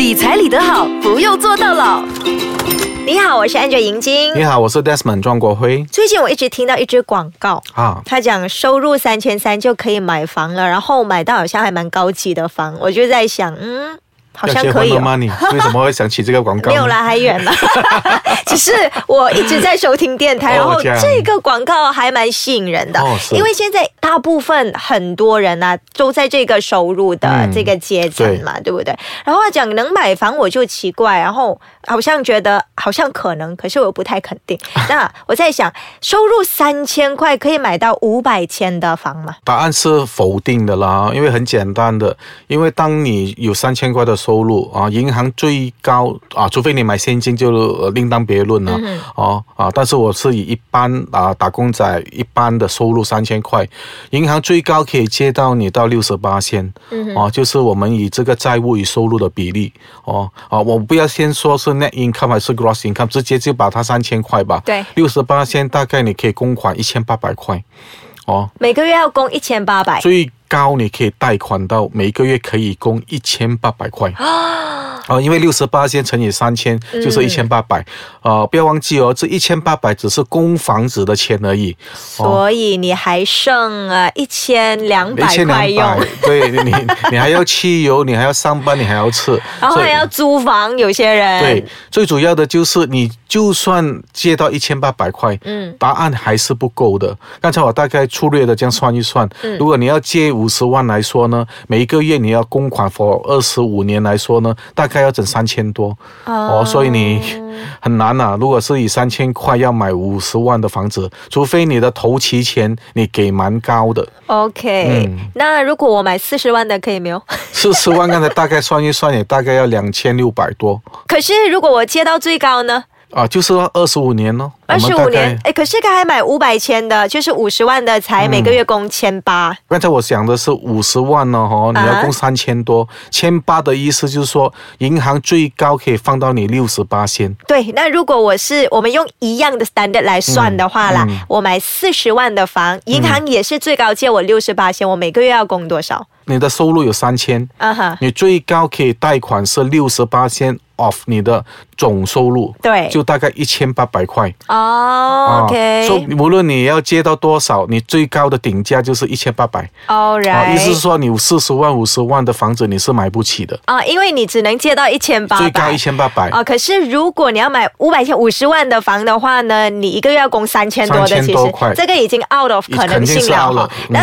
理财理得好，不用做到老。你好，我是 Angel 银晶。 你好，我是 Desmond 庄国辉。 最近我一直听到一支广告啊，他讲收入3300就可以买房了，然后买到好像还蛮高级的房，我就在想，好像可以要结婚了吗？你为什么会想起这个广告？ 没有啦，还远了。只是我一直在收听电台，然后这个广告还蛮吸引人的，因为现在大部分很多人啊都在这个收入的这个阶层嘛，对不对？然后讲能买房我就奇怪，然后好像觉得好像可能，可是我不太肯定。那我在想，收入3000块可以买到500千的房吗？ 答案是否定的啦，因为很简单的，因为当你有3000块的收入啊，银行最高啊，除非你买现金就另当别论了但是我是以一般打工仔一般的收入3000块，银行最高可以借到你到68%，就是我们以这个债务与收入的比例我不要先说是 net income 还是 gross income， 直接就把它3000块吧。 对 ，68%大概你可以供款1800块每个月要供1800。 最高你可以贷款到每个月可以供1800块因为68%乘以3000就是1800不要忘记这1800只是供房子的钱而已所以你还剩1200块用对，你还要汽油，你还要上班，你还要吃， 然后还要租房，有些人对，最主要的就是你就算借到1800块答案还是不够的。刚才我大概粗略的这样算一算如果你要借50万来说呢，每一个月你要供款 for 25年来说呢，大概要整3000多所以你很难如果是以3000块要买50万的房子，除非你的头期钱你给蛮高的。 OK，那如果我买40万的可以没有 ？40万刚才大概算一算也大概要2600多。 可是如果我借到最高呢？ 就是25年咯。 25年，可是他还买500千的，就是50万的才每个月供1800。 刚才我想的是50万呢，你要供3000多，1800的意思就是说，银行最高可以放到你68%。 对，那如果我们用一样的 standard 来算的话啦，我买40万的房，银行也是最高借我68%，我每个月要供多少？ 你的收入有3000，你最高可以贷款是68% of 你的总收入， 对， 就大概1800块。 OK， 所以无论你要借到多少，你最高的顶价就是1800。 Alright， 意思是说你40万、50万的房子你是买不起的因为你只能借到1800， 最高1800。 可是如果你要买500千50万的房的话呢，你一个月要供3000多的，其实这个已经 out of 可能性了。那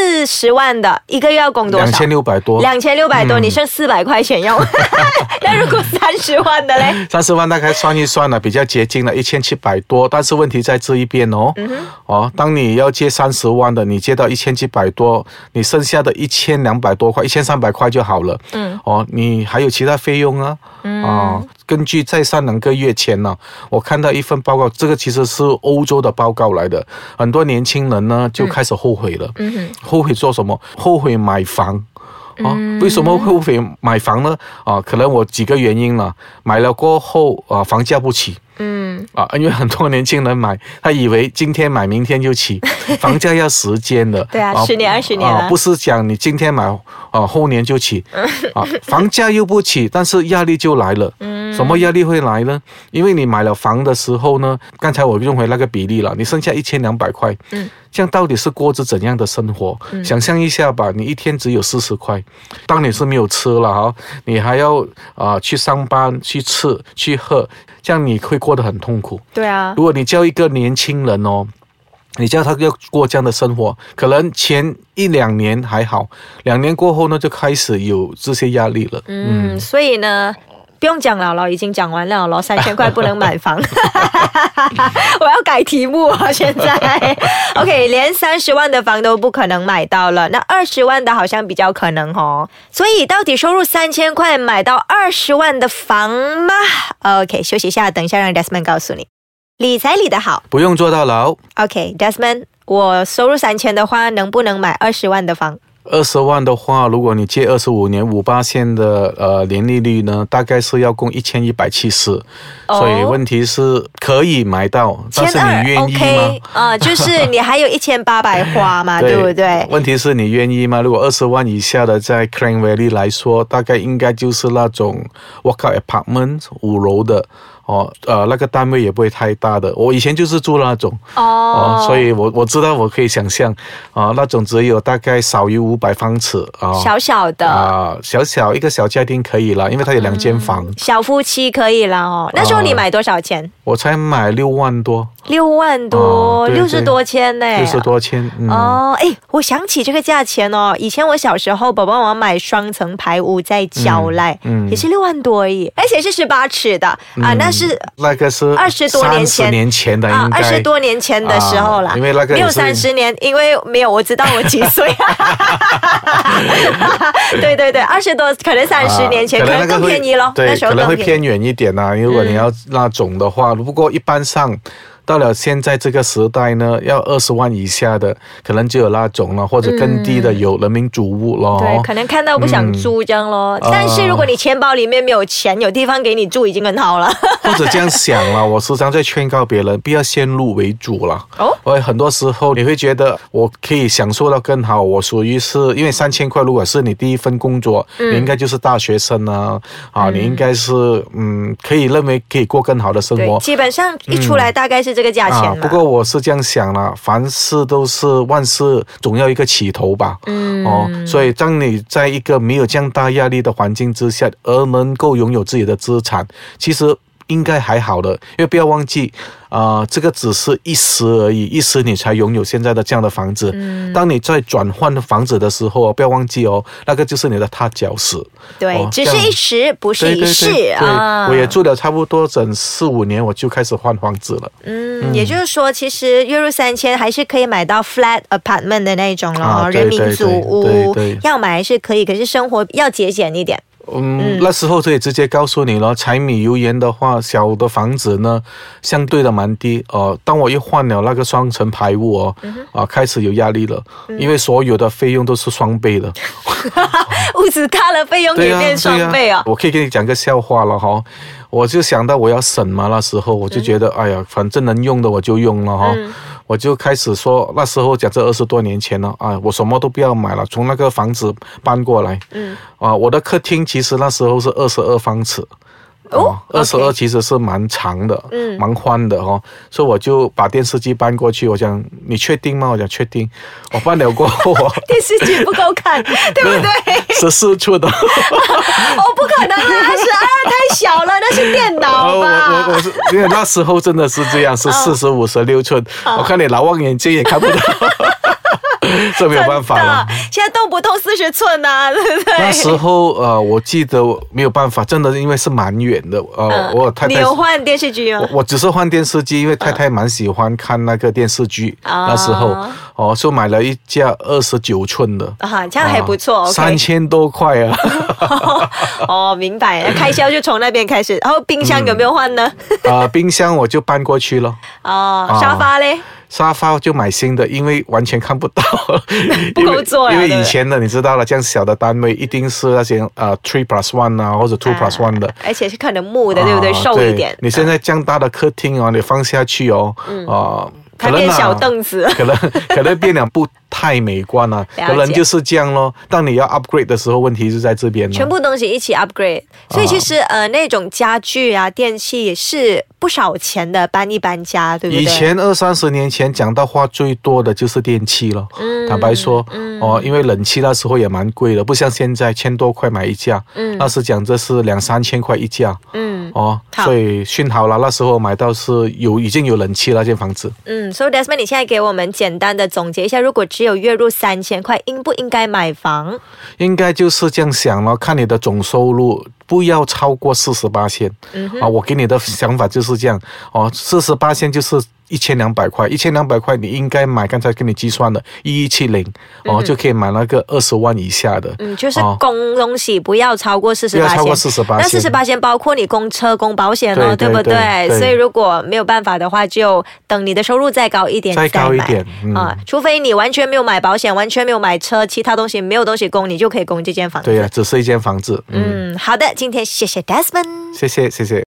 40万的一个月要供多少 ？2600多。 2600多，你剩400块钱用。那如果30万的嘞 ？30万大概算一算比较接近了1700多，但是问题在这一边当你要借30万的，你借到1700多，你剩下的1200多块，1300块就好了。你还有其他费用根据在3-2个月前我看到一份报告，这个其实是欧洲的报告来的，很多年轻人呢就开始后悔了。后悔做什么？后悔买房。为什么后悔买房呢？可能我几个原因了。买了过后房价不起。因为很多年轻人买，他以为今天买明天就起，房价要时间的。 对10年20年了， 不是讲你今天买后年就起房价又不起，但是压力就来了。什么压力会来呢？因为你买了房的时候呢，刚才我用回那个比例了，你剩下1200块，这样到底是过着怎样的生活？想象一下吧，你一天只有40块，当你是没有吃了你还要去上班、去吃、去喝，这样你会过得很痛苦。 对啊， 如果你叫一个年轻人你叫他要过这样的生活，可能前1-2年还好，2年过后呢就开始有这些压力了。 所以呢不用讲了，已经讲完了，3000块不能买房。我要改题目现在。OK， 连30万的房都不可能买到了，那20万的好像比较可能所以到底收入3000块买到20万的房吗？ OK， 休息一下，等一下让 Desmond 告诉你。理财理得好， 不用坐到牢。 OK， Desmond， 我收入3000的话，能不能买20万的房？ 20万的话，如果你借25年5%的年利率呢，大概是要供1170，所以问题是可以买到，但是你愿意吗？ 就是你还有1800花嘛，对不对？ 问题是你愿意吗？如果20万以下的，在 Klang Valley 来说，大概应该就是那种 walkout apartment 5楼的。那个单位也不会太大的，我以前就是住那种所以我知道我可以想象那种只有大概少于500方尺小小的小一个小家庭可以了，因为它有2间房， 小夫妻可以了那时候你买多少钱？ 我才买6万多 ，6万多，60多千呢 ，60多千我想起这个价钱以前我小时候爸爸妈妈买双层排屋在蕉赖也是6万多而已，而且是18尺的那个是 20多年前 30年前的应该 20多年前的时候啦， 因为那个没有30年，因为没有我知道我几岁对20多可能30年前可能更便宜咯， 对，可能会偏远一点如果你要那种的话，不过一般上到了现在这个时代呢，要20万以下的可能就有那种了，或者更低的有人民主屋咯。 对，可能看到不想租这样咯。但是如果你钱包里面没有钱，有地方给你住已经很好了。 或者这样想了，我时常在劝告别人不要先入为主了。很多时候你会觉得我可以享受到更好，我属于是因为3000块，如果是你第一份工作，你应该就是大学生你应该是可以认为可以过更好的生活。 基本上一出来大概是这个价钱嘛。 不过我是这样想啦，凡事都是万事总要一个起头吧。所以当你在一个没有这样大压力的环境之下，而能够拥有自己的资产，其实应该还好的，因为不要忘记这个只是一时而已，一时你才拥有现在的这样的房子。当你在转换房子的时候，不要忘记那个就是你的踏脚石。 对，只是一时，不是一世。对， 我也住了差不多整4-5年，我就开始换房子了。 也就是说，其实月入3000还是可以买到 flat apartment 的那种咯，人民组屋，要买还是可以，可是生活要节俭一点。 那时候就也直接告诉你了，柴米油盐的话，小的房子呢相对的蛮低。当我一换了那个双层排屋开始有压力了，因为所有的费用都是双倍的。 屋子大了，费用也变双倍我可以跟你讲个笑话了我就想到我要省嘛，那时候我就觉得哎呀，反正能用的我就用了我就开始说，那时候讲这20多年前了我什么都不要买了，从那个房子搬过来。我的客厅其实那时候是22方尺。22其实是蛮长的，蛮宽的所以我就把电视机搬过去。我讲你确定吗？我讲确定。我搬了过后电视机不够看，对不对 ？14寸的。 不可能啦，12太小了，那是电脑吧？ 我是因为那时候真的是这样，是45、16寸。我看你老望远镜也看不到。这没有办法了， 现在动不动40寸对不对？ 那时候我记得没有办法，真的因为是蛮远的。我太太， 你有换电视机吗？ 我只是换电视机，因为太太蛮喜欢看那个电视剧。那时候就买了一架29寸的这样还不错。 3000多块明白了，开销就从那边开始。然后冰箱有没有换呢？ 冰箱我就搬过去了。 沙发嘞？ 沙发就买新的，因为完全看不到， 不够坐因为以前的你知道了，这样小的单位一定是那些3+1或者2+1的， 而且是可能木的，对不对？瘦一点。 你现在这样大的客厅你放下去可能变小凳子， 可能变了不太美观可能就是这样咯。当你要 upgrade 的时候，问题就在这边全部东西一起 upgrade， 所以其实那种家具电器也是不少钱的，搬一搬家，对不对？ 以前20-30年前讲到花最多的就是电器了。坦白说，因为冷气那时候也蛮贵的，不像现在1000多块买一架，那时讲这是2-3千块一架。所以幸好了，那时候买到是已经有冷气那间房子。 所以 Desmond， 你现在给我们简单的总结一下，如果只有月入3000块，应不应该买房？ 应该就是这样想了，看你的总收入不要超过48%。我给你的想法就是这样。48%就是 1200块，1200块你应该买刚才跟你计算的1170就可以买那个20万以下的。 就是供东西不要超过48%， 不要超过48%。 那48%包括你供车、供保险对不对？所以如果没有办法的话，就等你的收入再高一点再高一点除非你完全没有买保险，完全没有买车，其他东西没有东西供，你就可以供这间房子。 对呀，只是一间房子。 好的，今天谢谢 Desmond， 谢谢。